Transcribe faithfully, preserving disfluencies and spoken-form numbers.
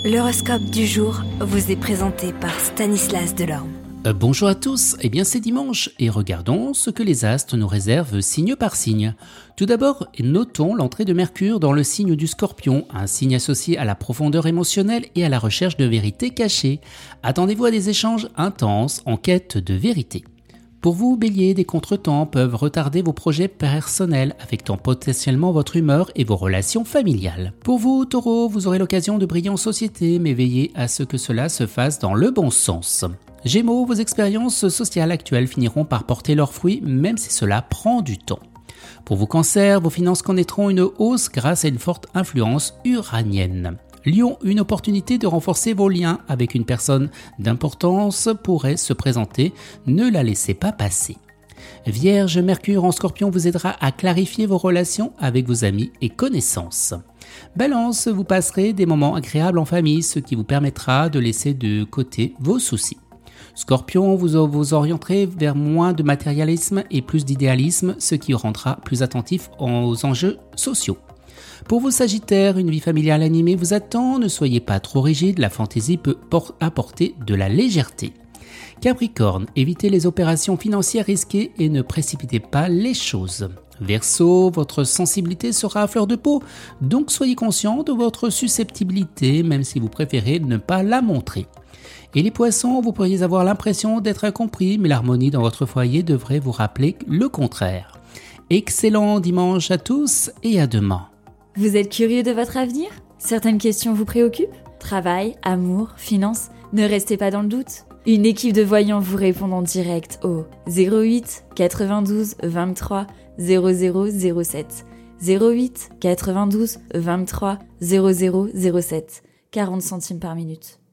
L'horoscope du jour vous est présenté par Stanislas Delorme. Euh, bonjour à tous, eh bien c'est dimanche et regardons ce que les astres nous réservent signe par signe. Tout d'abord, notons l'entrée de Mercure dans le signe du Scorpion, un signe associé à la profondeur émotionnelle et à la recherche de vérité cachée. Attendez-vous à des échanges intenses en quête de vérité. Pour vous, Bélier, des contretemps peuvent retarder vos projets personnels, affectant potentiellement votre humeur et vos relations familiales. Pour vous, Taureau, vous aurez l'occasion de briller en société, mais veillez à ce que cela se fasse dans le bon sens. Gémeaux, vos expériences sociales actuelles finiront par porter leurs fruits, même si cela prend du temps. Pour vous, Cancer, vos finances connaîtront une hausse grâce à une forte influence uranienne. Lion, une opportunité de renforcer vos liens avec une personne d'importance pourrait se présenter, ne la laissez pas passer. Vierge, Mercure en Scorpion vous aidera à clarifier vos relations avec vos amis et connaissances. Balance, vous passerez des moments agréables en famille, ce qui vous permettra de laisser de côté vos soucis. Scorpion, vous vous orienterez vers moins de matérialisme et plus d'idéalisme, ce qui vous rendra plus attentif aux enjeux sociaux. Pour vous Sagittaires, une vie familiale animée vous attend, ne soyez pas trop rigide, la fantaisie peut apporter de la légèreté. Capricorne, évitez les opérations financières risquées et ne précipitez pas les choses. Verseau, votre sensibilité sera à fleur de peau, donc soyez conscient de votre susceptibilité, même si vous préférez ne pas la montrer. Et les Poissons, vous pourriez avoir l'impression d'être incompris, mais l'harmonie dans votre foyer devrait vous rappeler le contraire. Excellent dimanche à tous et à demain. Vous êtes curieux de votre avenir ? Certaines questions vous préoccupent ? Travail, amour, finances ? Ne restez pas dans le doute. Une équipe de voyants vous répond en direct au zéro huit quatre-vingt-douze vingt-trois zéro zéro zéro sept zéro huit quatre-vingt-douze vingt-trois zéro zéro zéro sept quarante centimes par minute.